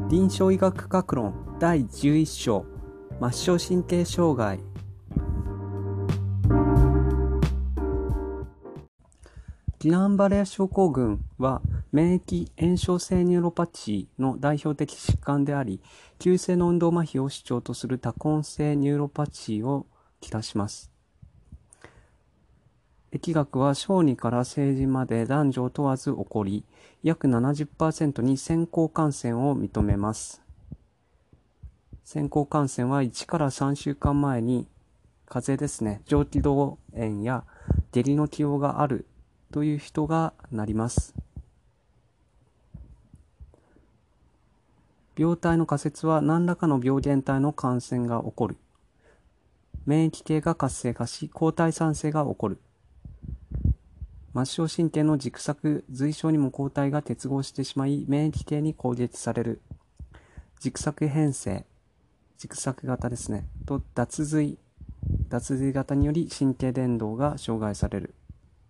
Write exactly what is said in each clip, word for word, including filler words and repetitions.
臨床医学学論だいじゅういっ章末梢神経障害。ギランバレア症候群は免疫炎症性ニューロパチーの代表的疾患であり、急性の運動麻痺を主張とする多根性ニューロパチーをきたします。疫学は小児から成人まで男女を問わず起こり、約 ななじゅっパーセント に先行感染を認めます。先行感染はいちからさんしゅうかんまえに風邪ですね、上気道炎や下痢の既往があるという人がなります。病態の仮説は何らかの病原体の感染が起こる。免疫系が活性化し、抗体産生が起こる。末梢神経の軸索、髄鞘にも抗体が結合してしまい、免疫系に攻撃される。軸索変性、軸索型ですね、と脱髄、脱髄型により神経伝導が障害される。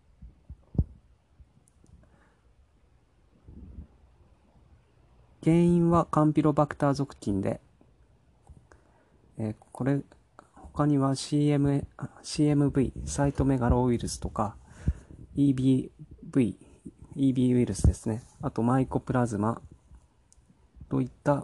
原因はカンピロバクター属菌で、えー、これ、他には シーエム、シーエムブイ、サイトメガロウイルスとか、イービーブイ、イービー ウイルスですね。あとマイコプラズマといった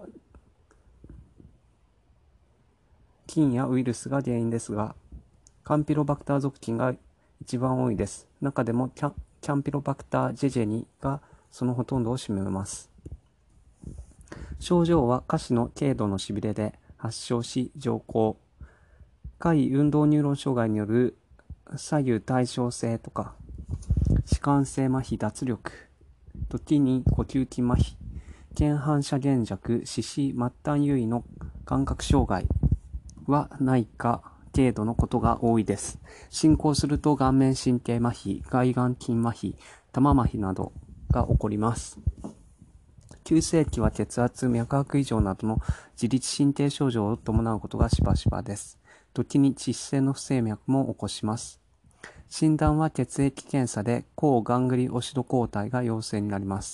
菌やウイルスが原因ですが、カンピロバクター属菌が一番多いです。中でもキャキャンピロバクタージェジェニがそのほとんどを占めます。症状は下肢の軽度のしびれで発症し上行。下位運動ニューロン障害による左右対称性とか、弛緩性麻痺脱力、時に呼吸器麻痺、腱反射減弱、四肢末端優位の感覚障害はないか程度のことが多いです。進行すると顔面神経麻痺、外眼筋麻痺、玉麻痺などが起こります。急性期は血圧、脈拍異常などの自律神経症状を伴うことがしばしばです。時に致死性の不整脈も起こします。診断は血液検査で抗ガングリオシド抗体が陽性になります。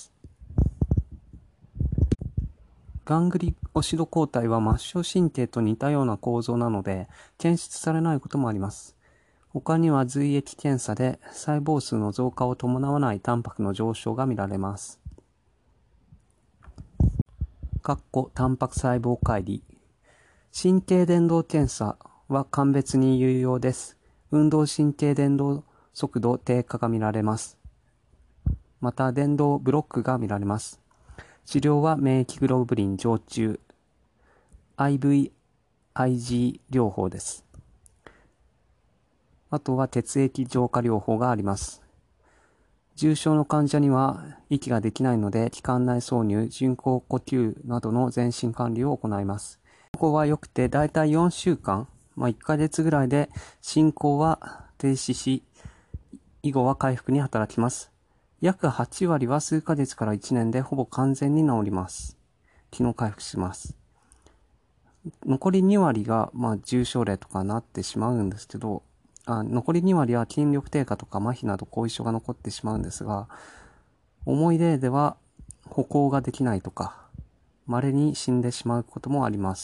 ガングリオシド抗体は末梢神経と似たような構造なので検出されないこともあります。他には髄液検査で細胞数の増加を伴わないタンパクの上昇が見られます。タンパク細胞乖離。神経伝導検査は鑑別に有用です。運動神経伝導速度低下が見られます。また伝導ブロックが見られます。治療は免疫グロブリン常駐 アイブイアイジー 療法です。あとは血液浄化療法があります。重症の患者には息ができないので気管内挿入、人工呼吸などの全身管理を行います。ここは良くてだいたいよんしゅうかん、まあ、いっかげつぐらいで進行は停止し、以後は回復に働きます。約はちわりは数ヶ月からいちねんでほぼ完全に治ります。機能回復します。残りにわりが、まあ、重症例とかなってしまうんですけど、あ残りにわりは筋力低下とか麻痺など後遺症が残ってしまうんですが、重い例では歩行ができないとか、稀に死んでしまうこともあります。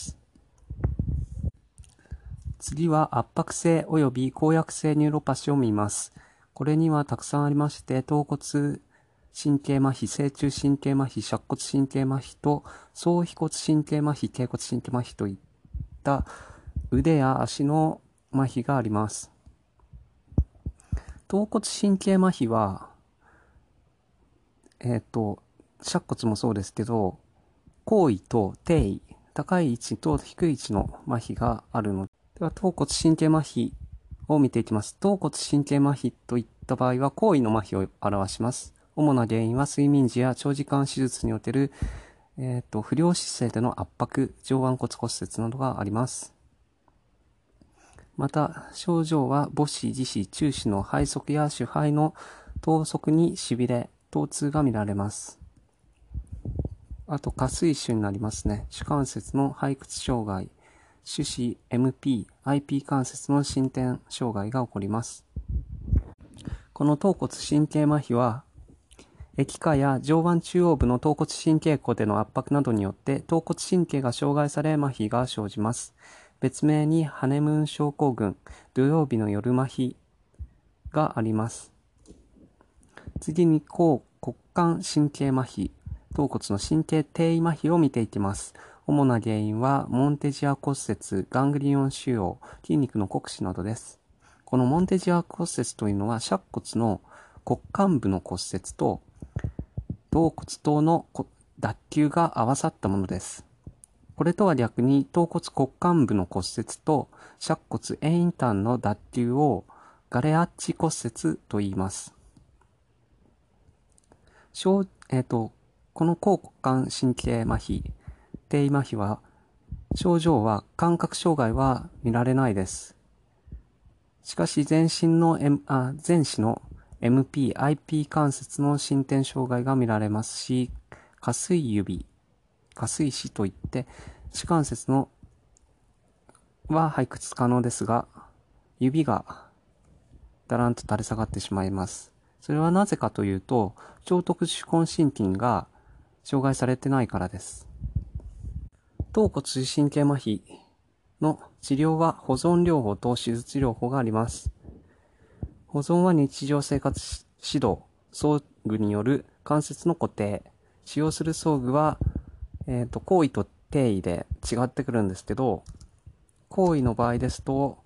次は圧迫性及び抗薬性ニューロパシを見ます。これにはたくさんありまして、頭骨神経麻痺、正中神経麻痺、尺骨神経麻痺と総腓骨神経麻痺、脛骨神経麻痺といった腕や足の麻痺があります。頭骨神経麻痺は、えっと、尺骨もそうですけど、高位と低位、高い位置と低い位置の麻痺があるので、では頭骨神経麻痺を見ていきます。頭骨神経麻痺といった場合は、高位の麻痺を表します。主な原因は睡眠時や長時間手術における、えっと、不良姿勢での圧迫、上腕骨骨折などがあります。また、症状は母趾、自趾、中趾の背側や手背の頭側にしびれ、疼痛が見られます。あと、下水腫になりますね。主関節の背屈障害、手指、エムピー、アイピー 関節の伸展障害が起こります。この頭骨神経麻痺は、 液化や上腕中央部の橈骨神経庫での圧迫などによって橈骨神経が障害され麻痺が生じます。別名にハネムーン症候群、土曜日の夜麻痺があります。次に後骨幹神経麻痺、橈骨の神経低位麻痺を見ていきます。主な原因はモンテジア骨折、ガングリオン腫瘍、筋肉の酷使などです。このモンテジア骨折というのは尺骨の骨幹部の骨折と橈骨頭の脱臼が合わさったものです。これとは逆に橈骨骨幹部の骨折と尺骨遠位端の脱臼をガレアッチ骨折と言います。えーと、この後骨幹神経麻痺、低位麻痺は症状は感覚障害は見られないです。しかし全身の、M、あ全肢の エムピー、アイピー 関節の伸展障害が見られますし、下垂指、下垂趾といって指関節のは発掘可能ですが、指がだらんと垂れ下がってしまいます。それはなぜかというと、超特殊根神筋が障害されてないからです。橈骨神経麻痺の治療は保存療法と手術療法があります。保存は日常生活指導、装具による関節の固定、使用する装具は、えっと、行為と定位で違ってくるんですけど、行為の場合ですと、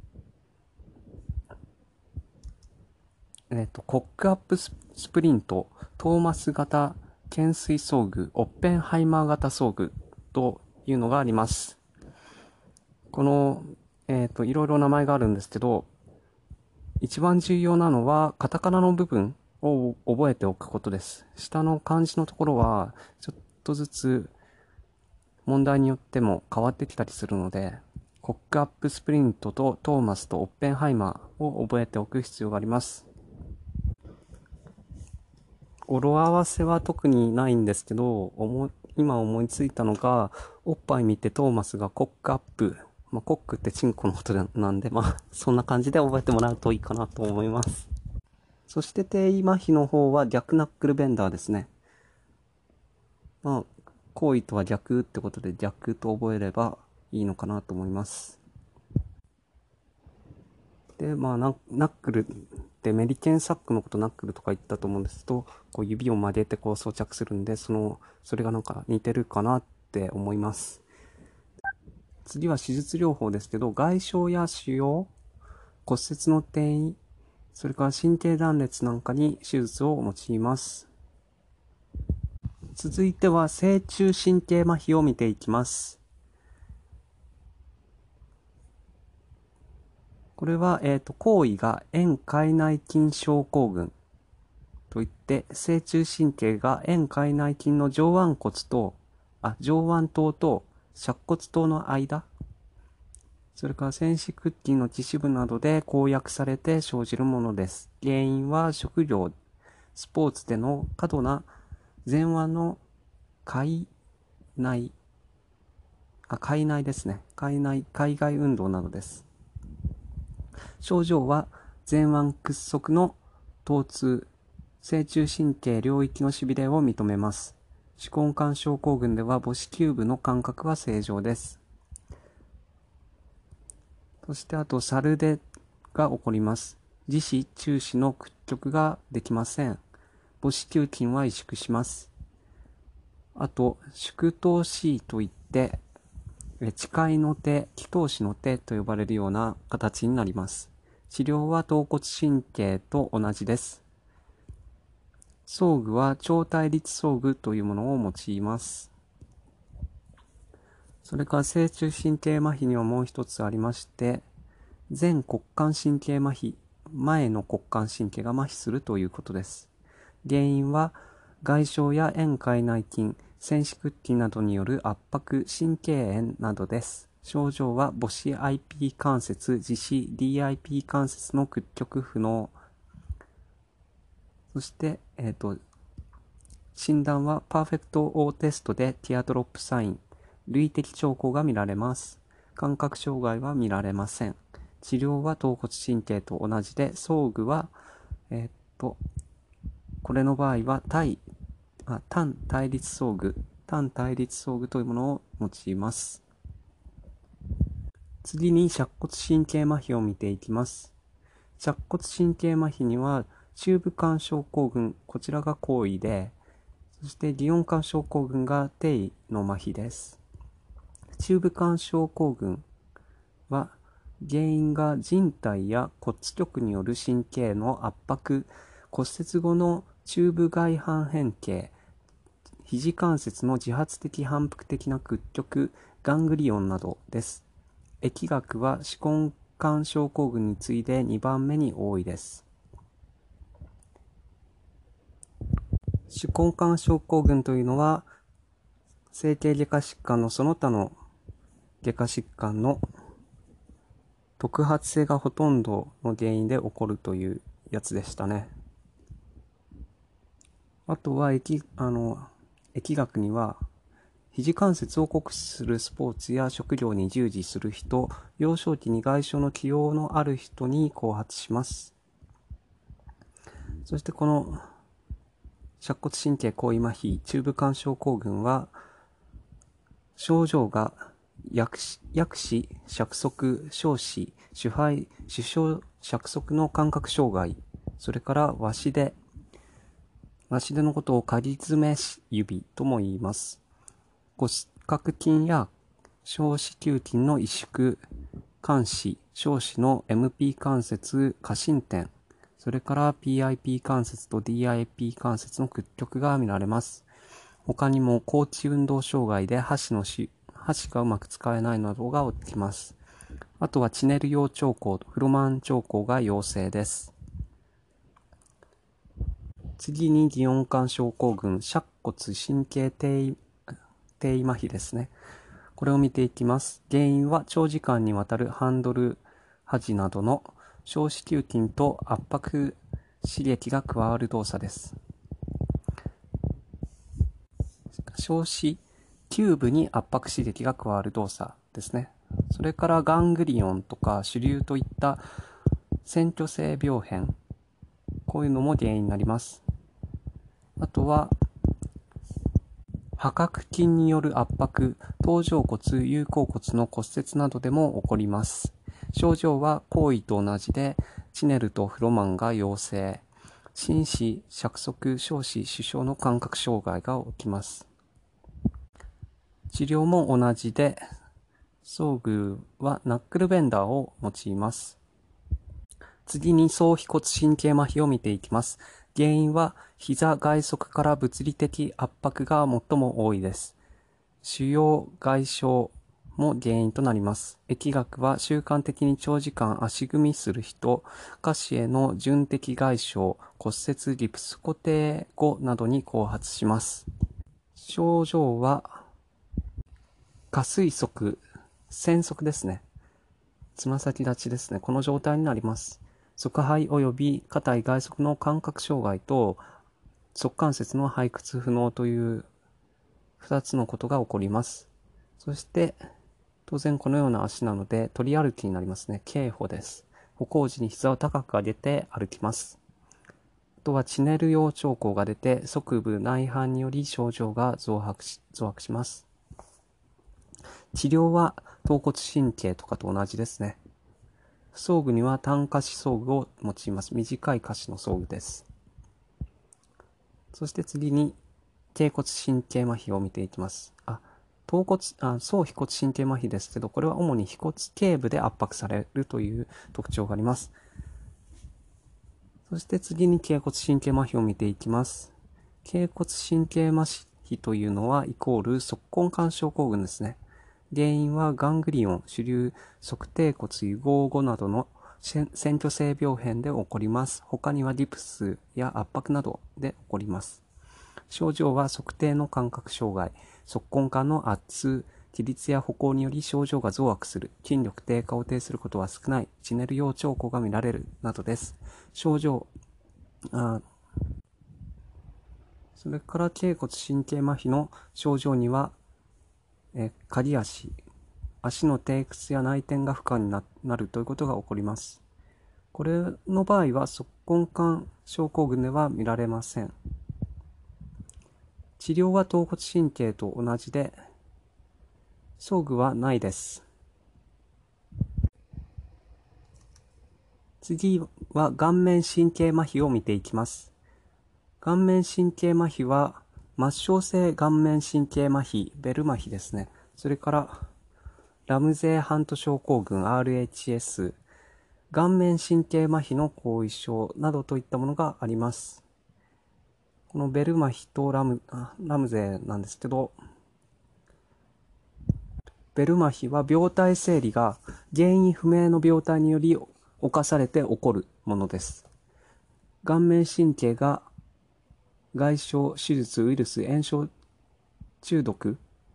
えっと、コックアップスプリント、トーマス型懸垂装具、オッペンハイマー型装具というのがあります。この、えっと、いろいろ名前があるんですけど、一番重要なのは、カタカナの部分を覚えておくことです。下の漢字のところは、ちょっとずつ問題によっても変わってきたりするので、コックアップスプリントとトーマスとオッペンハイマーを覚えておく必要があります。語呂合わせは特にないんですけど、思今思いついたのが、おっぱい見てトーマスがコックアップ。まあ、コックってチンコのことなんで、まあ、そんな感じで覚えてもらうといいかなと思います。そして低位麻痺の方は逆ナックルベンダーですね。まあ、行為とは逆ってことで逆と覚えればいいのかなと思います。で、まあ、ナックルってメリケンサックのことナックルとか言ったと思うんですけど、こう指を曲げてこう装着するんで、その、それがなんか似てるかなって思います。次は手術療法ですけど、外傷や腫瘍、骨折の転移、それから神経断裂なんかに手術を用います。続いては正中神経麻痺を見ていきます。これは、えっと、行為が遠界内筋症候群といって、正中神経が遠界内筋の上腕骨と、あ、上腕頭と尺骨頭の間、それから線子屈筋の基支部などで攻略されて生じるものです。原因は職業、スポーツでの過度な前腕の界内、あ、界内ですね。界内、海外運動などです。症状は前腕屈側の疼痛、正中神経領域のしびれを認めます。手根管症候群では母子球部の感覚は正常です。そしてあと、サルデが起こります。自死、中死の屈曲ができません。母子球筋は萎縮します。あと、縮頭子といって、誓いの手、祈祷師の手と呼ばれるような形になります。治療は橈骨神経と同じです。装具は超対立装具というものを用います。それから正中神経麻痺にはもう一つありまして、前骨幹神経麻痺、前の骨幹神経が麻痺するということです。原因は外傷や遠界内筋、線子屈筋などによる圧迫、神経炎などです。症状は母子 アイピー 関節、自子 ディーアイピー 関節の屈曲不能。そして、えっと、診断はパーフェクトオーテストでティアドロップサイン、類的兆候が見られます。感覚障害は見られません。治療は橈骨神経と同じで、装具は、えっと、 これの場合は対、あ単対立相具、単対立相具というものを用います。次に尺骨神経麻痺を見ていきます。尺骨神経麻痺には中部間症候群、こちらが行為で、そして祇園間症候群が低位の麻痺です。中部間症候群は原因が人体や骨極による神経の圧迫、骨折後の中部外反変形、肘関節の自発的反復的な屈曲、ガングリオンなどです。疫学は手根管症候群に次いでにばんめに多いです。手根管症候群というのは、整形外科疾患のその他の外科疾患の特発性がほとんどの原因で起こるというやつでしたね。あとは疫、あの、疫学には、肘関節を酷使するスポーツや職業に従事する人、幼少期に外傷の起用のある人に後発します。そしてこの尺骨神経広位麻痺、中部間症候群は、症状が薬歯、尺足、小歯、手肺、手小、尺足の感覚障害、それから和紙で、和紙でのことを仮爪指とも言います。骨格筋や小子宮筋の萎縮、間歯、小歯の エムピー 関節過伸点、それから ピーアイピー 関節と ディーアイピー 関節の屈曲が見られます。他にも高知運動障害で箸のし箸がうまく使えないなどが起きます。あとはチネル様兆候、フロマン兆候が陽性です。次に祇園間症候群、尺骨神経低低位麻痺ですね。これを見ていきます。原因は長時間にわたるハンドル端などの小子宮筋と圧迫刺激が加わる動作です。小子宮部に圧迫刺激が加わる動作ですね。それからガングリオンとか腫瘤といった線虚性病変、こういうのも原因になります。あとは破格筋による圧迫、頭上骨、有鉤骨の骨折などでも起こります。症状は行為と同じで、チネルとフロマンが陽性、心歯、尺足、小歯、手小の感覚障害が起きます。治療も同じで、装具はナックルベンダーを用います。次に総腓骨神経麻痺を見ていきます。原因は膝外側から物理的圧迫が最も多いです。腫瘍外傷も原因となります。疫学は習慣的に長時間足踏みする人、下肢への準的外傷、骨折、ギプス固定後などに後発します。症状は下垂足、線足ですね。つま先立ちですね。この状態になります。側背及び下体外側の感覚障害と側関節の背屈不能という二つのことが起こります。そして当然このような足なので取り歩きになりますね。径歩です。歩行時に膝を高く上げて歩きます。あとはチネル様兆候が出て側部内反により症状が増悪し、増悪します。治療は頭骨神経とかと同じですね。装具には単下肢装具を用います。短い下肢の装具です。そして次に、脛骨神経麻痺を見ていきます。あ、頭骨、あ、総腓骨神経麻痺ですけど、これは主に腓骨頸部で圧迫されるという特徴があります。そして次に脛骨神経麻痺を見ていきます。脛骨神経麻痺というのはイコール足根管症候群ですね。原因はガングリオン、腫瘤、足底骨癒合後などの線虚性病変で起こります。他にはリプスや圧迫などで起こります。症状は測定の感覚障害、足根管の圧痛、起立や歩行により症状が増悪する、筋力低下を呈することは少ない、チネル様兆候が見られるなどです。症状、あそれから脛骨神経麻痺の症状には、え仮足、足の低屈や内転が不可になるということが起こります。これの場合は足根管症候群では見られません。治療は橈骨神経と同じで、装具はないです。次は顔面神経麻痺を見ていきます。顔面神経麻痺は末梢性顔面神経麻痺、ベル麻痺ですね。それからラムゼーハント症候群 アールエイチエス、顔面神経麻痺の後遺症などといったものがあります。このベル麻痺とラム、ラムゼーなんですけど、ベル麻痺は病態生理が原因不明の病態により侵されて起こるものです。顔面神経が外傷、手術、ウイルス、炎症、中毒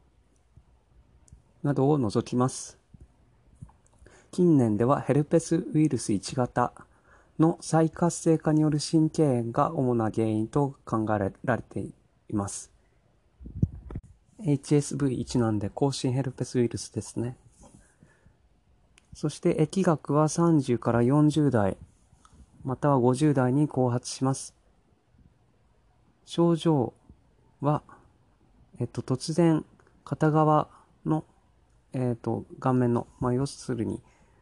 などを除きます。近年ではヘルペスウイルスいち型の再活性化による神経炎が主な原因と考えられています。エイチエスブイワン なんで口唇ヘルペスウイルスですね。そして疫学はさんじゅうからよんじゅう代またはごじゅう代に後発します。症状は、えっと、突然片側の、えっと、顔面の、まあ、要するに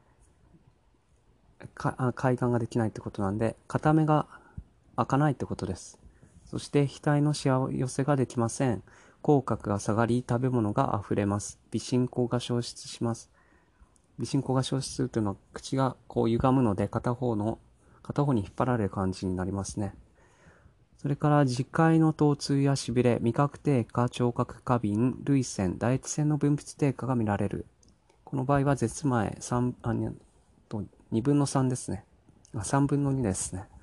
か開眼ができないってことなんで、片目が開かないってことです。そして額のしわ寄せができません。口角が下がり、食べ物が溢れます。鼻信孔が消失します。鼻信孔が消失するというのは口がこう歪むので片方の片方に引っ張られる感じになりますね。それから耳介の疼痛やしびれ、味覚低下、聴覚過敏、涙腺、唾液腺の分泌低下が見られる。この場合は絶前さんあとにぶんのさんですね。さんぶんのにですね。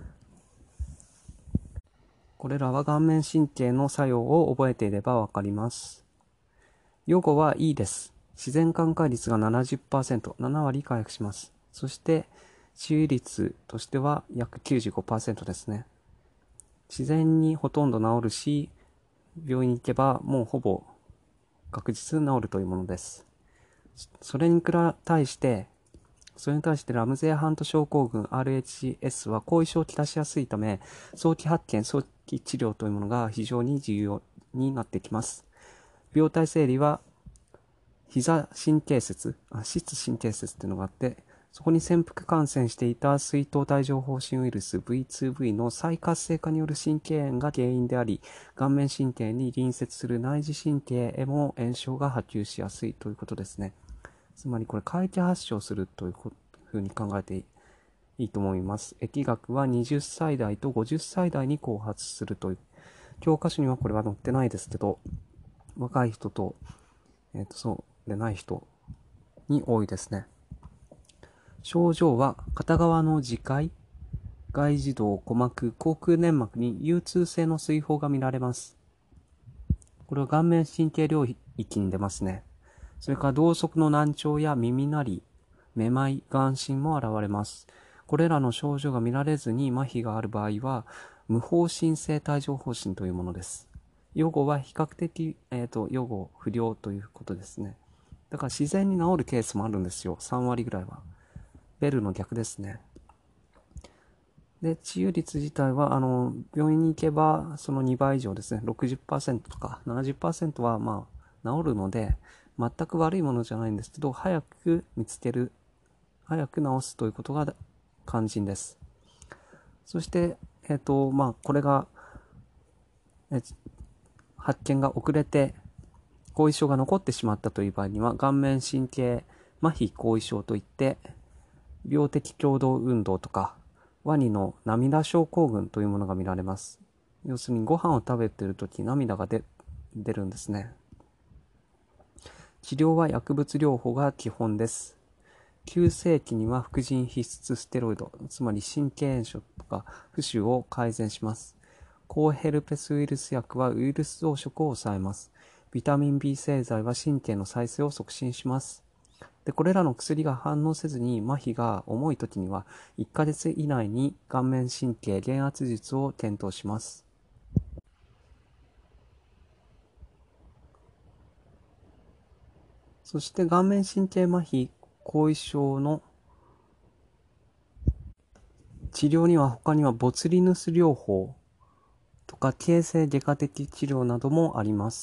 これらは顔面神経の作用を覚えていればわかります。予後はいいです。自然寛解率が ななじゅっパーセント、ななわり回復します。そして治癒率としては約 きゅうじゅうごパーセント ですね。自然にほとんど治るし、病院に行けばもうほぼ確実に治るというものです。それに対して、それに対してラムゼーハント症候群 アールエイチエス は後遺症をきたしやすいため、早期発見、早期治療というものが非常に重要になってきます。病態生理は膝神経節、あ、膝神経節というのがあって、そこに潜伏感染していた水痘帯状疱疹ウイルス ブイツーブイ の再活性化による神経炎が原因であり、顔面神経に隣接する内耳神経へも炎症が波及しやすいということですね。つまりこれ回帰発症するというふうに考えていいと思います。疫学ははたち代とごじゅっさい代に後発するという。教科書にはこれは載ってないですけど、若い人と、えっと、そうでない人に多いですね。症状は片側の耳介、外耳道、鼓膜、口腔粘膜に有痛性の水疱が見られます。これは顔面神経領域に出ますね。それから同側の難聴や耳鳴り、めまい、眼疹も現れます。これらの症状が見られずに麻痺がある場合は、無方針性帯状疱疹というものです。予後は比較的、えっと、予後不良ということですね。だから自然に治るケースもあるんですよ。さんわりぐらいは。ベルの逆ですね。で、治癒率自体は、あの、病院に行けば、そのにばい以上ですね。ろくじゅっパーセントとかななじゅっパーセントは、まあ、治るので、全く悪いものじゃないんですけど、早く見つける、早く治すということが肝心です。そして、えっと、まあ、これが、え発見が遅れて、後遺症が残ってしまったという場合には、顔面神経麻痺後遺症といって、病的共同運動とか、ワニの涙症候群というものが見られます。要するにご飯を食べているとき涙が出るんですね。治療は薬物療法が基本です。急性期には副腎皮質ステロイド、つまり神経炎症とか浮腫を改善します。抗ヘルペスウイルス薬はウイルス増殖を抑えます。ビタミン B 製剤は神経の再生を促進します。で、これらの薬が反応せずに麻痺が重いときにはいっかげつ以内に顔面神経減圧術を検討します。そして顔面神経麻痺後遺症の治療には他にはボツリヌス療法とか形成外科的治療などもあります。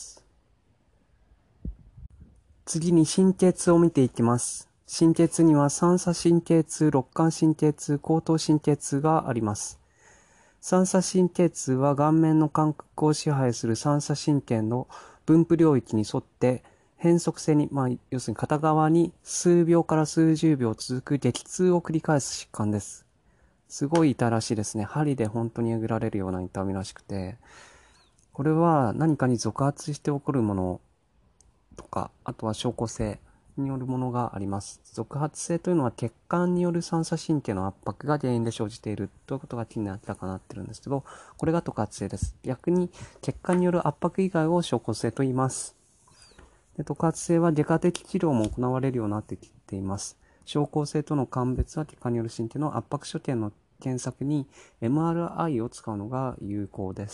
次に神経痛を見ていきます。神経痛には三叉神経痛、肋間神経痛、後頭神経痛があります。三叉神経痛は顔面の感覚を支配する三叉神経の分布領域に沿って変則性に、まあ、要するに片側に数秒から数十秒続く激痛を繰り返す疾患です。すごい痛らしいですね。針で本当にえぐられるような痛みらしくて、これは何かに続発して起こるものとか、あとは症候性によるものがあります。続発性というのは血管による三叉神経の圧迫が原因で生じているということが近年明らかになっているんですけど、これが特発性です。逆に血管による圧迫以外を症候性と言います。で、特発性は外科的治療も行われるようになってきています。症候性との鑑別は血管による神経の圧迫所見の検索に エムアールアイ を使うのが有効です。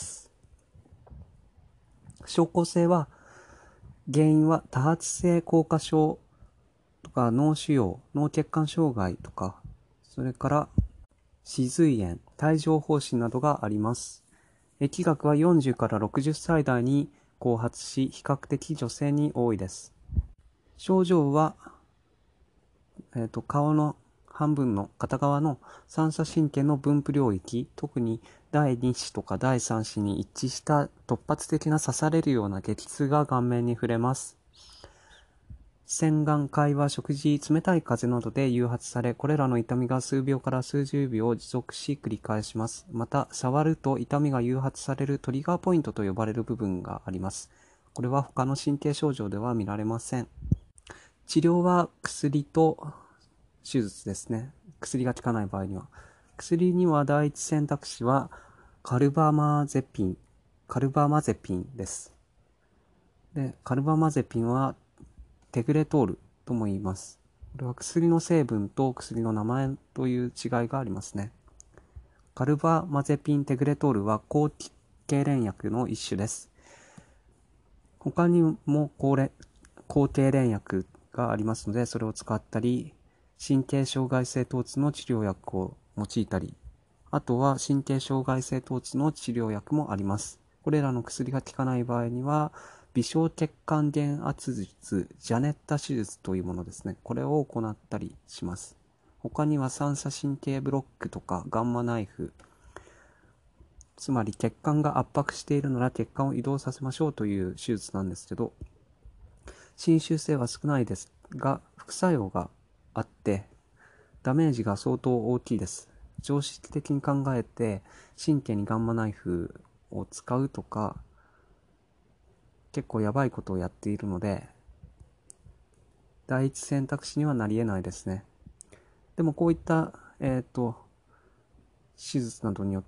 症候性は原因は多発性硬化症とか脳腫瘍、脳血管障害とか、それから歯髄炎、帯状疱疹などがあります。疫学はよんじゅうからろくじゅっさい代に後発し、比較的女性に多いです。症状は、えーと、顔の半分の片側の三叉神経の分布領域、特にだいに子とかだいさん子に一致した突発的な刺されるような激痛が顔面に触れます。洗顔、会話、食事、冷たい風などで誘発され、これらの痛みが数秒から数十秒持続し繰り返します。また、触ると痛みが誘発されるトリガーポイントと呼ばれる部分があります。これは他の神経症状では見られません。治療は薬と手術ですね。薬が効かない場合には。薬には第一選択肢はカルバマゼピン、カルバマゼピンです。で、カルバマゼピンはテグレトールとも言います。これは薬の成分と薬の名前という違いがありますね。カルバマゼピンテグレトールは抗痙攣薬の一種です。他にも抗痙攣薬がありますので、それを使ったり、神経障害性疼痛の治療薬を用いたり、あとは神経障害性疼痛の治療薬もあります。これらの薬が効かない場合には、微小血管減圧術、ジャネッタ手術というものですね。これを行ったりします。他には三叉神経ブロックとかガンマナイフ、つまり血管が圧迫しているなら血管を移動させましょうという手術なんですけど、侵襲性は少ないですが、副作用があって、ダメージが相当大きいです。常識的に考えて、神経にガンマナイフを使うとか、結構やばいことをやっているので、第一選択肢にはなり得ないですね。でもこういった、えっと、手術などによって、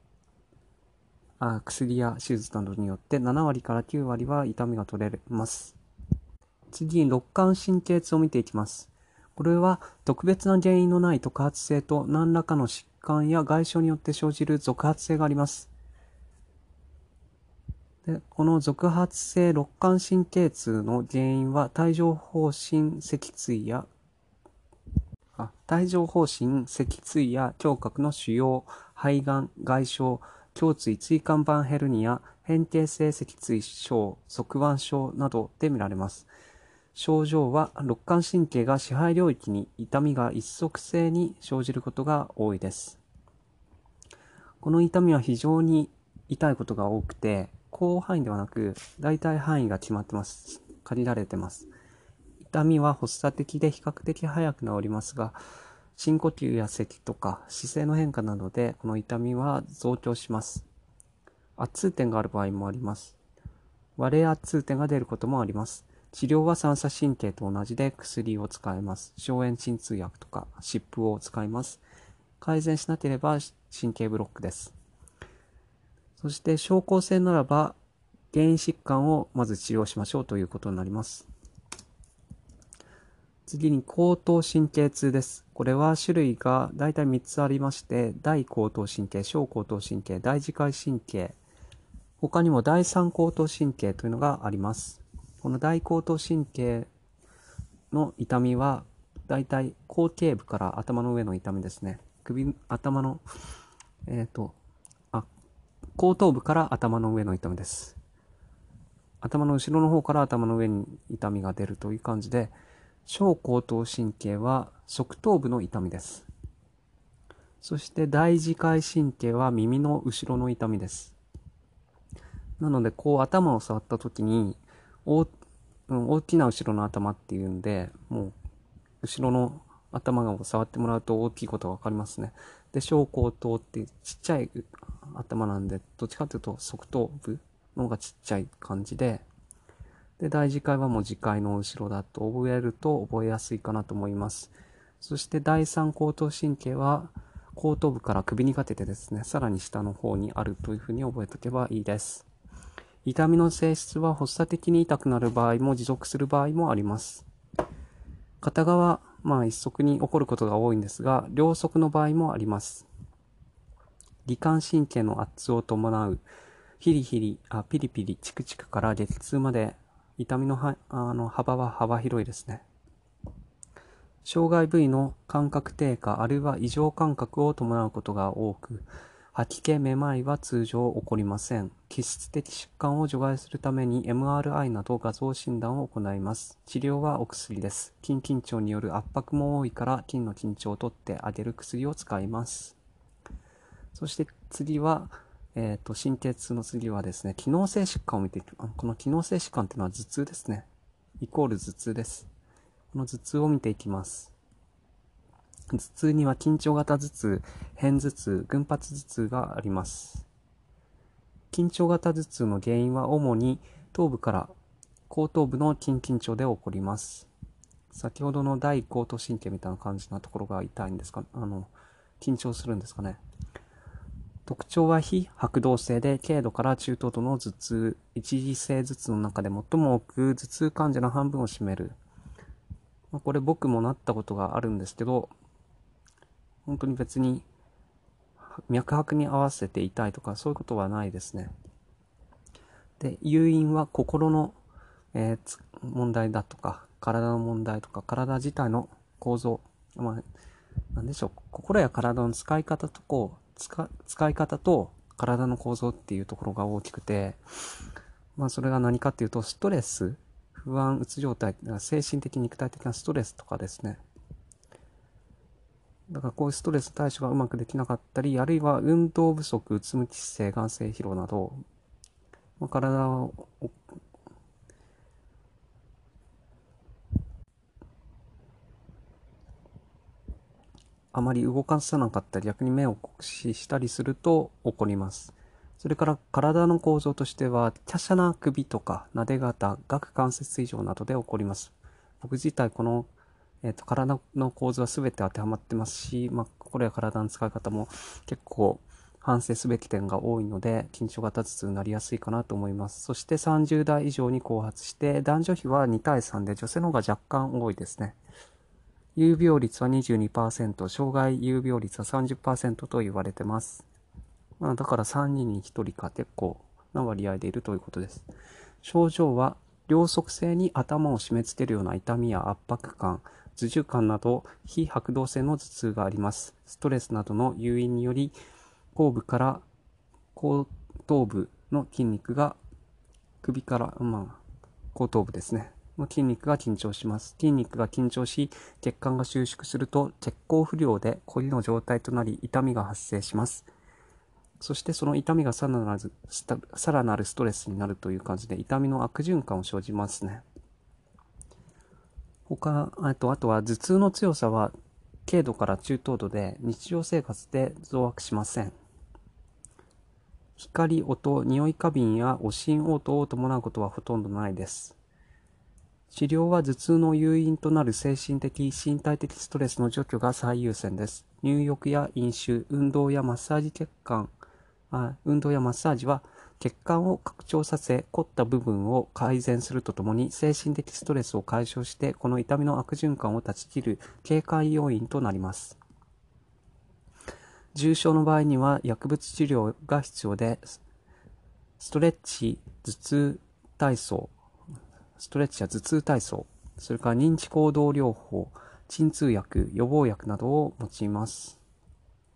あ、薬や手術などによってなな割からきゅう割は痛みが取れます。次に肋間神経痛を見ていきます。これは特別な原因のない特発性と何らかの疾患や外傷によって生じる続発性があります。でこの続発性肋間神経痛の原因は帯状疱疹脊椎やあ帯状疱疹脊椎や胸郭の腫瘍、肺がん、外傷、胸椎椎間板ヘルニア、変形性脊椎症、側腕症などで見られます。症状は肋間神経が支配領域に痛みが一側性に生じることが多いです。この痛みは非常に痛いことが多くて、広範囲ではなく大体範囲が決まってます。限られてます。痛みは発作的で比較的早く治りますが、深呼吸や咳とか姿勢の変化などでこの痛みは増強します。圧痛点がある場合もあります。割れ圧痛点が出ることもあります。治療は三叉神経と同じで薬を使います。消炎鎮痛薬とか湿布を使います。改善しなければ神経ブロックです。そして症候性ならば原因疾患をまず治療しましょうということになります。次に後頭神経痛です。これは種類がだいたいみっつありまして、大後頭神経、小後頭神経、大耳介神経、他にも第三後頭神経というのがあります。この大後頭神経の痛みはだいたい後頸部から頭の上の痛みですね。 首、頭の、えっと、あ、後頭部から頭の上の痛みです。頭の後ろの方から頭の上に痛みが出るという感じで、小後頭神経は側頭部の痛みです。そして大耳介神経は耳の後ろの痛みです。なので、こう頭を触った時に、大、大きな後ろの頭っていうんで、もう、後ろの頭を触ってもらうと大きいことがわかりますね。で、小後頭ってちっちゃい頭なんで、どっちかというと側頭部の方がちっちゃい感じで、で、大耳介はもう耳介の後ろだと覚えると覚えやすいかなと思います。そして第三後頭神経は後頭部から首にかけてですね、さらに下の方にあるというふうに覚えておけばいいです。痛みの性質は発作的に痛くなる場合も持続する場合もあります。片側、まあ一側に起こることが多いんですが、両側の場合もあります。離間神経の圧を伴うヒリヒリ、あピリピリ、チクチクから激痛まで痛みのはあの幅は幅広いですね。障害部位の感覚低下あるいは異常感覚を伴うことが多く、吐き気、めまいは通常起こりません。気質的疾患を除外するために エムアールアイ など画像診断を行います。治療はお薬です。筋緊張による圧迫も多いから筋の緊張を取ってあげる薬を使います。そして次は、えっと、神経痛の次はですね、機能性疾患を見ていく。この機能性疾患というのは頭痛ですね。イコール頭痛です。この頭痛を見ていきます。頭痛には緊張型頭痛、片頭痛、群発頭痛があります。緊張型頭痛の原因は主に頭部から後頭部の筋緊張で起こります。先ほどの大後頭神経みたいな感じなところが痛いんですか、あの、緊張するんですかね。特徴は非拍動性で軽度から中等度の頭痛、一時性頭痛の中で最も多く頭痛患者の半分を占める。これ僕もなったことがあるんですけど、本当に別に脈拍に合わせて痛いとかそういうことはないですね。で、誘因は心の、えー、問題だとか、体の問題とか、体自体の構造、まあ、なんでしょう、心や体の使い方とこう、使、使い方と体の構造っていうところが大きくて、まあそれが何かっていうと、ストレス、不安、うつ状態、精神的肉体的なストレスとかですね。だからこういうストレス対処がうまくできなかったり、あるいは運動不足、うつむき姿勢、眼性疲労など、まあ、体をあまり動かさなかったり、逆に目を酷使したりすると起こります。それから体の構造としては、華奢な首とか、撫で肩、顎関節異常などで起こります。僕自体この、えーと、体の構造は全て当てはまってますし、まあ、心や体の使い方も結構反省すべき点が多いので、緊張型頭痛になりやすいかなと思います。そしてさんじゅう代以上に後発して、男女比はに対さんで女性の方が若干多いですね。有病率は にじゅうにパーセント、障害有病率は さんじゅっパーセント と言われてます。まあ、だからさんにんにひとりか結構な割合でいるということです。症状は両側性に頭を締め付けるような痛みや圧迫感、頭重感など非拍動性の頭痛があります。ストレスなどの誘因により後部から後頭部の筋肉が首から、まあ、後頭部ですね。の筋肉が緊張します。筋肉が緊張し、血管が収縮すると血行不良で凝りの状態となり痛みが発生します。そしてその痛みがさらなる、さらなるストレスになるという感じで痛みの悪循環を生じますね。他、あと、あとは頭痛の強さは軽度から中等度で日常生活で増悪しません。光、音、匂い過敏や悪心嘔吐を伴うことはほとんどないです。治療は頭痛の誘因となる精神的、身体的ストレスの除去が最優先です。入浴や飲酒、運動やマッサージ血管、あ運動やマッサージは血管を拡張させ、凝った部分を改善するとともに、精神的ストレスを解消して、この痛みの悪循環を断ち切る警戒要因となります。重症の場合には薬物治療が必要で、ストレッチ、頭痛体操、ストレッチや頭痛体操、それから認知行動療法、鎮痛薬、予防薬などを用います。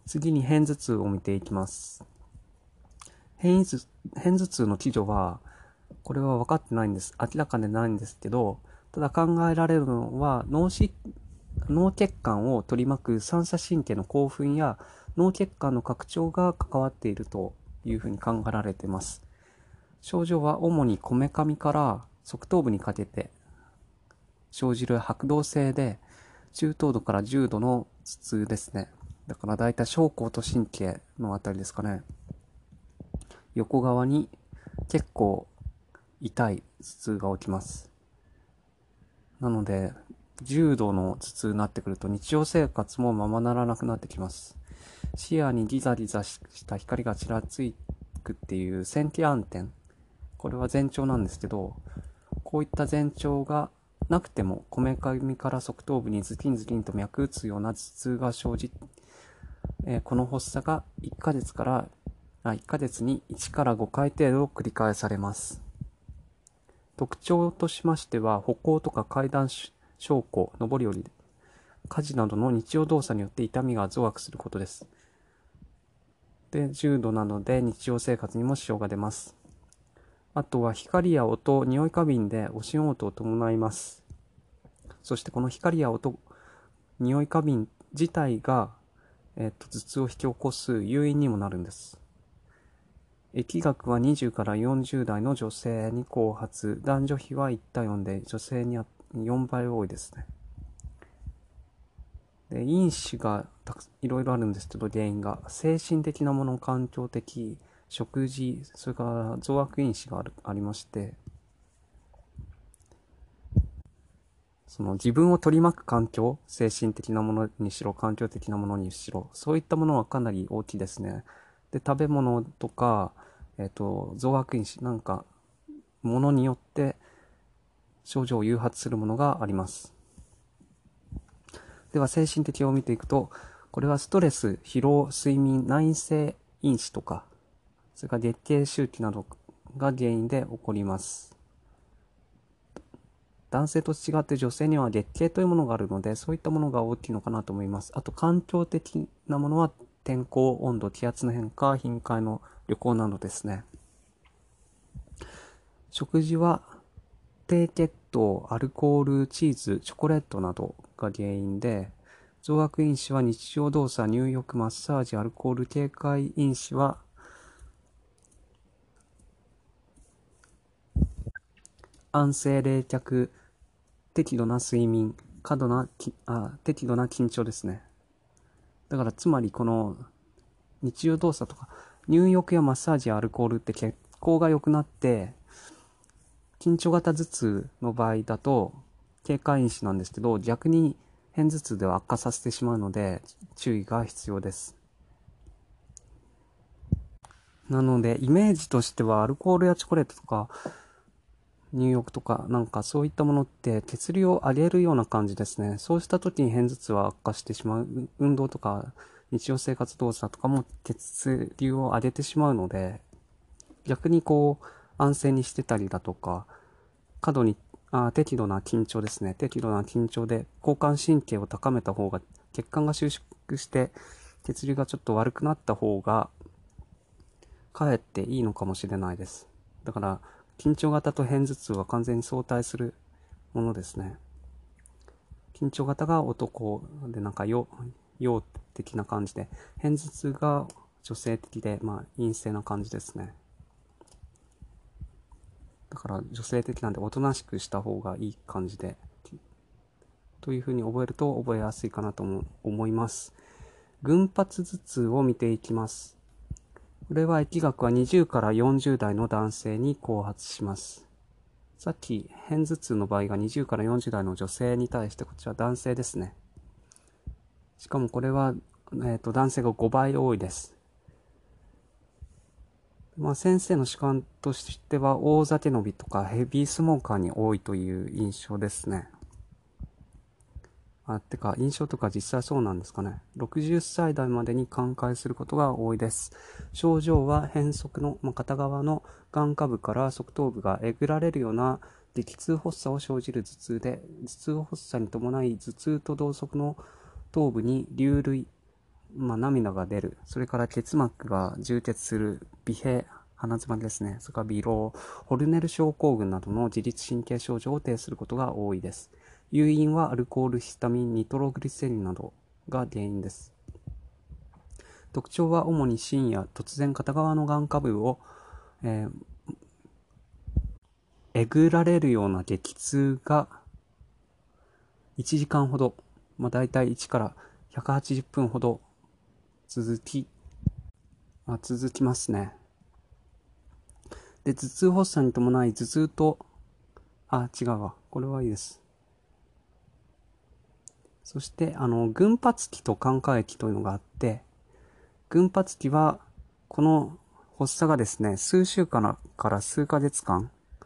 次に片頭痛を見ていきます。片頭片頭痛の基準は、これは分かってないんです。明らかでないんですけど、ただ考えられるのは脳し脳血管を取り巻く三叉神経の興奮や脳血管の拡張が関わっているというふうに考えられています。症状は主にこめかみから側頭部にかけて生じる拍動性で、中等度から重度の頭痛ですね。だからだいたい小後と神経のあたりですかね。横側に結構痛い頭痛が起きます。なので、重度の頭痛になってくると日常生活もままならなくなってきます。視野にギザギザした光がちらつくっていう線形暗点。これは前兆なんですけど、こういった前兆がなくても、こめかみから側頭部にズキンズキンと脈打つような頭痛が生じ、えー、この発作がいっかげつからあいっかげつにいちからごかい程度繰り返されます。特徴としましては、歩行とか階段昇降、上り下り、家事などの日常動作によって痛みが増悪することです。で、重度なので日常生活にも支障が出ます。あとは光や音、匂い過敏でおしん嘔吐を伴います。そしてこの光や音、匂い過敏自体が、えー、と頭痛を引き起こす誘因にもなるんです。疫学はにじゅうからよんじゅう代の女性に後発、男女比はいち対よんで女性によんばい多いですね。で、因子がいろいろあるんですけど、原因が精神的なもの、環境的、食事、それから増悪因子があるありまして、その自分を取り巻く環境、精神的なものにしろ、環境的なものにしろ、そういったものはかなり大きいですね。で、食べ物とか、えっと、増悪因子、なんか、ものによって症状を誘発するものがあります。では、精神的を見ていくと、これはストレス、疲労、睡眠、内因性因子とか、それから月経周期などが原因で起こります。男性と違って女性には月経というものがあるので、そういったものが大きいのかなと思います。あと、環境的なものは天候、温度、気圧の変化、頻回の旅行などですね。食事は低血糖、アルコール、チーズ、チョコレートなどが原因で、増悪因子は日常動作、入浴、マッサージ、アルコール、警戒因子は安静、冷却、適度な睡眠、過度なあ適度な緊張ですね。だからつまりこの日常動作とか入浴やマッサージやアルコールって血行が良くなって緊張型頭痛の場合だと警戒因子なんですけど、逆に片頭痛では悪化させてしまうので注意が必要です。なのでイメージとしてはアルコールやチョコレートとか入浴とかなんかそういったものって血流を上げるような感じですね。そうした時に片頭痛は悪化してしまう。運動とか日常生活動作とかも血流を上げてしまうので、逆にこう安静にしてたりだとか、過度にあ適度な緊張ですね。適度な緊張で交感神経を高めた方が、血管が収縮して血流がちょっと悪くなった方がかえっていいのかもしれないです。だから緊張型と片頭痛は完全に相対するものですね。緊張型が男でなんか陽的な感じで、片頭痛が女性的で、まあ陰性な感じですね。だから女性的なんでおとなしくした方がいい感じで、というふうに覚えると覚えやすいかなと思います。群発頭痛を見ていきます。これは疫学はにじゅうからよんじゅう代の男性に後発します。さっき、片頭痛の場合がにじゅうからよんじゅう代の女性に対して、こちら男性ですね。しかもこれは、えーと、男性がごばい多いです。まあ、先生の主観としては、大酒飲みとかヘビースモーカーに多いという印象ですね。あ、てか、印象とか実際そうなんですかね。ろくじゅっさい代までに寛解することが多いです。症状は変側の、まあ、片側の眼下部から側頭部がえぐられるような激痛発作を生じる頭痛で、頭痛発作に伴い頭痛と同側の頭部に流類、 まあ、涙が出る。それから結膜が充血する。鼻閉、鼻詰まりですね。それから微漏、ホルネル症候群などの自律神経症状を呈することが多いです。誘因はアルコール、ヒスタミン、ニトログリセリンなどが原因です。特徴は主に深夜、突然片側の眼下部を、えー、えぐられるような激痛がいちじかんほど、まあ、だいたいいちからひゃくはちじゅっぷんほど続き、あ、続きますね。で、頭痛発作に伴い頭痛と、あ、違うわ。これはいいです。そして、あの、群発期と寛解期というのがあって、群発期は、この発作がですね、数週間から数ヶ月間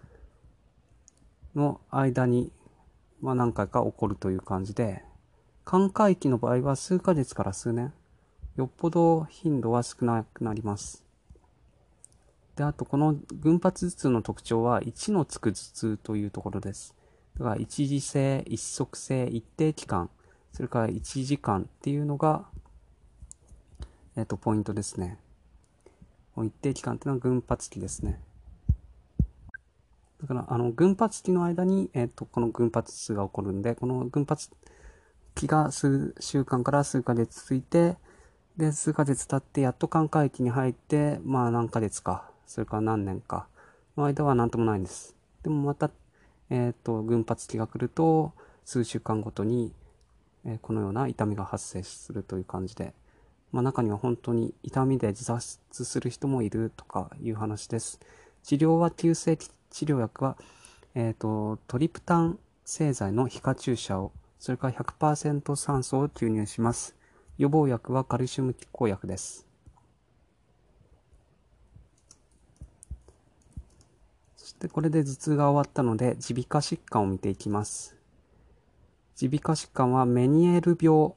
の間に、まあ、何回か起こるという感じで、寛解期の場合は数ヶ月から数年、よっぽど頻度は少なくなります。で、あとこの群発頭痛の特徴は、いちのつく頭痛というところです。だから一時性、一足性、一定期間、それからいちじかんっていうのが、えっと、ポイントですね。一定期間っていうのは群発期ですね。だから、あの、群発期の間に、えっと、この群発頭痛が起こるんで、この群発期が数週間から数ヶ月続いて、で、数ヶ月経ってやっと寛解期に入って、まあ何ヶ月か、それから何年かの間は何ともないんです。でもまた、えっと、群発期が来ると、数週間ごとに、えーこのような痛みが発生するという感じで、まあ中には本当に痛みで自殺する人もいるとかいう話です。治療は急性治療薬は、えっと、トリプタン製剤の皮下注射を、それから ひゃくパーセント 酸素を吸入します。予防薬はカルシウム拮抗薬です。そしてこれで頭痛が終わったので、耳鼻科疾患を見ていきます。耳鼻科疾患はメニエール病、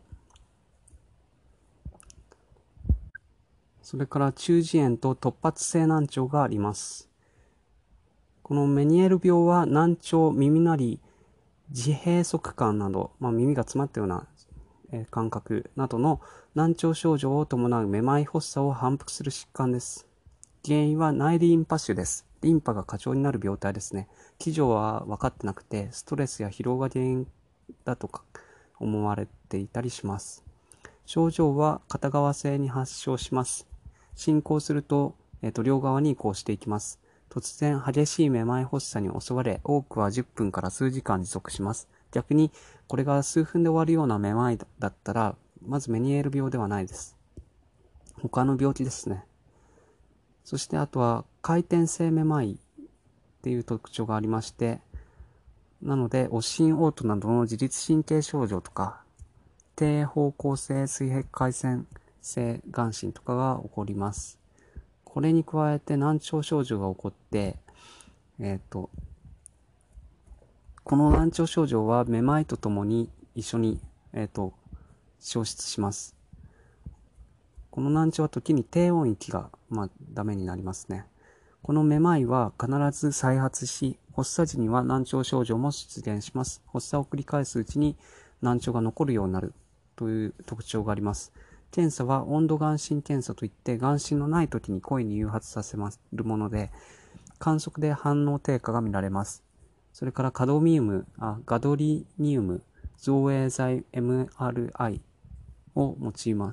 それから中耳炎と突発性難聴があります。このメニエール病は難聴、耳鳴り、自閉塞感など、まあ、耳が詰まったような感覚などの難聴症状を伴うめまい発作を反復する疾患です。原因は内リンパ腫です。リンパが過剰になる病態ですね。基準は分かってなくて、ストレスや疲労が原因だとか思われていたりします。症状は片側性に発症します。進行すると、えーと、両側に移行していきます。突然激しいめまい発作に襲われ、多くはじゅっぷんから数時間持続します。逆に、これが数分で終わるようなめまいだったら、まずメニエール病ではないです。他の病気ですね。そしてあとは回転性めまいっていう特徴がありまして、なので、おしん嘔吐などの自律神経症状とか、低方向性水壁回線性眼疹とかが起こります。これに加えて難聴症状が起こって、えっと、この難聴症状はめまいとともに一緒に、えっと、消失します。この難聴は時に低音域が、まあ、ダメになりますね。このめまいは必ず再発し、発作時には難聴症状も出現します。発作を繰り返すうちに難聴が残るようになるという特徴があります。検査は温度眼振検査といって、眼振のない時に声に誘発させるもので、観測で反応低下が見られます。それからカドミウム、あガドリニウム造影剤 エムアールアイ を用います。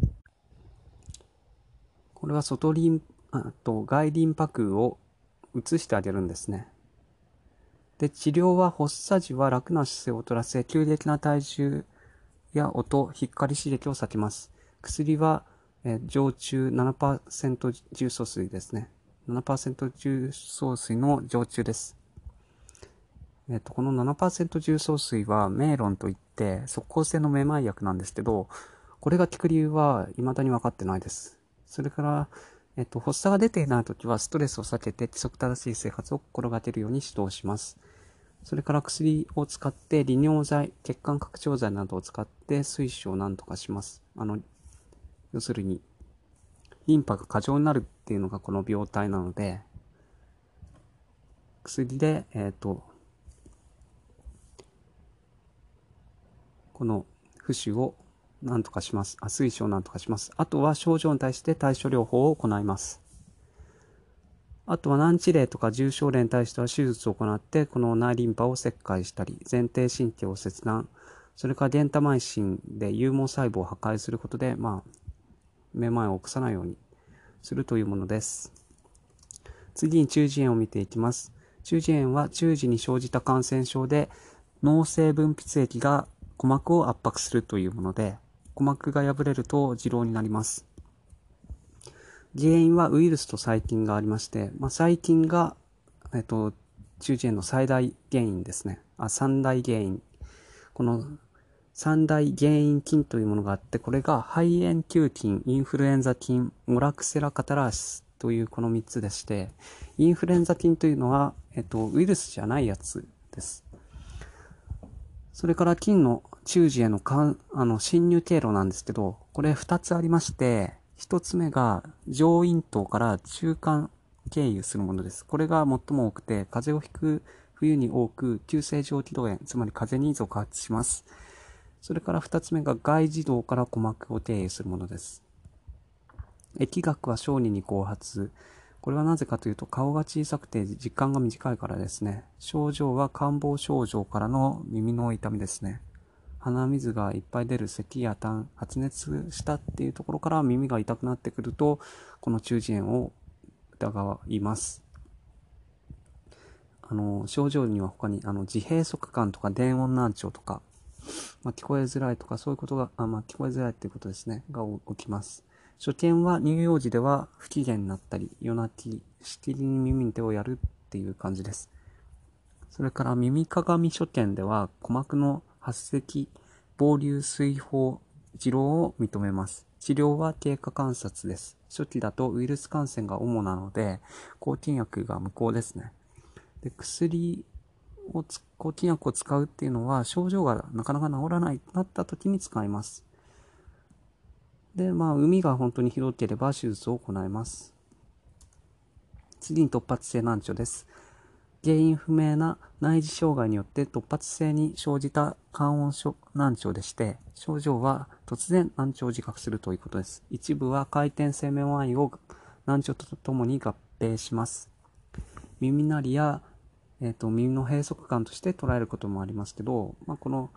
これは外リンあと外リンパ腔を移してあげるんですね。で、治療は発作時は楽な姿勢を取らせ、急激な体重や音、引っかり刺激を避けます。薬は、えー、常駐 ななパーセント 重曹水ですね。ななパーセント 重曹水の常駐です。えっと、この ななパーセント 重曹水はメイロンといって即効性のめまい薬なんですけど、これが効く理由は未だに分かってないです。それから、えっと、発作が出ていないときはストレスを避けて規則正しい生活を心がけるように指導します。それから薬を使って利尿剤、血管拡張剤などを使って水腫を何とかします。あの、要するに、リンパが過剰になるっていうのがこの病態なので、薬で、えっと、この浮腫をなんとかします。あ、水腫をなんとかします。あとは症状に対して対処療法を行います。あとは難治例とか重症例に対しては手術を行って、この内リンパを切開したり、前庭神経を切断、それからデンタマイシンで有毛細胞を破壊することで、まあ、めまいを起こさないようにするというものです。次に中耳炎を見ていきます。中耳炎は中耳に生じた感染症で、脳性分泌液が鼓膜を圧迫するというもので、鼓膜が破れると痔瘻になります。原因はウイルスと細菌がありまして、まあ、細菌が、えっと、中耳炎の最大原因ですね。あ、三大原因。この三大原因菌というものがあって、これが肺炎球菌、インフルエンザ菌、モラクセラカタラーシスというこのみっつでして、インフルエンザ菌というのは、えっと、ウイルスじゃないやつです。それから菌の中耳へのかんあの侵入経路なんですけど、これふたつありまして、ひとつめが上咽頭から中間経由するものです。これが最も多くて、風邪をひく冬に多く急性上気道炎、つまり風邪に続発します。それからふたつめが外耳道から鼓膜を経由するものです。疫学は小児に後発。これはなぜかというと、顔が小さくて時間が短いからですね。症状は感冒症状からの耳の痛みですね。鼻水がいっぱい出る、咳や痰、発熱したっていうところから耳が痛くなってくると、この中耳炎を疑います。あの症状には他にあの自閉塞感とか電音難聴とか、まあ、聞こえづらいとかそういうことが、あまあ、聞こえづらいっていうことですね、が起きます。初見は乳幼児では不機嫌になったり、夜泣き、しきりに耳に手をやるっていう感じです。それから耳鏡所見では鼓膜の発石、膨流水疱治療を認めます。治療は経過観察です。初期だとウイルス感染が主なので、抗菌薬が無効ですね。で、薬をつ、抗菌薬を使うっていうのは症状がなかなか治らないとなった時に使います。で、まあ、膿が本当にひどければ手術を行います。次に突発性難聴です。原因不明な内耳障害によって突発性に生じた感音難聴でして、症状は突然難聴を自覚するということです。一部は回転性めまいを難聴とともに合併します。耳鳴りや、えーと、耳の閉塞感として捉えることもありますけど、まあ、この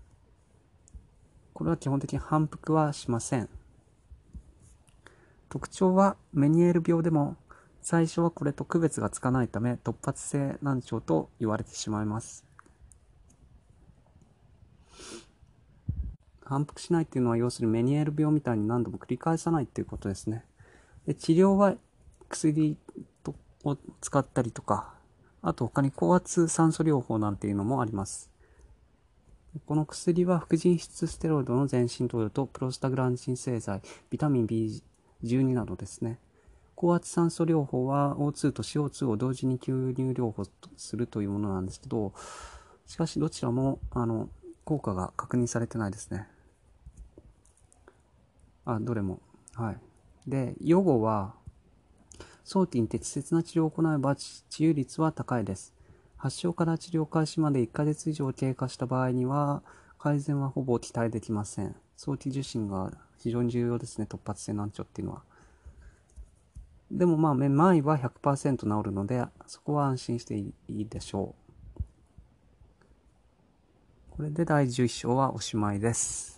これは基本的に反復はしません。特徴はメニエール病でも最初はこれと区別がつかないため突発性難聴と言われてしまいます。反復しないっていうのは要するにメニエール病みたいに何度も繰り返さないっていうことですね。で、治療は薬を使ったりとか、あと他に高圧酸素療法なんていうのもあります。この薬は副腎質ステロイドの全身投与とプロスタグランジン製剤、ビタミン ビーじゅうに などですね。高圧酸素療法は オーツー と シーオーツー を同時に吸入療法するというものなんですけど、しかしどちらもあの効果が確認されてないですね。あ、どれも。はい。で、予後は早期に適切な治療を行えば治癒率は高いです。発症から治療開始までいっかげつ以上経過した場合には改善はほぼ期待できません。早期受診が非常に重要ですね、突発性難聴っていうのは。でもまあ、めまいは ひゃくパーセント 治るので、そこは安心していいでしょう。これでだいじゅういっ章はおしまいです。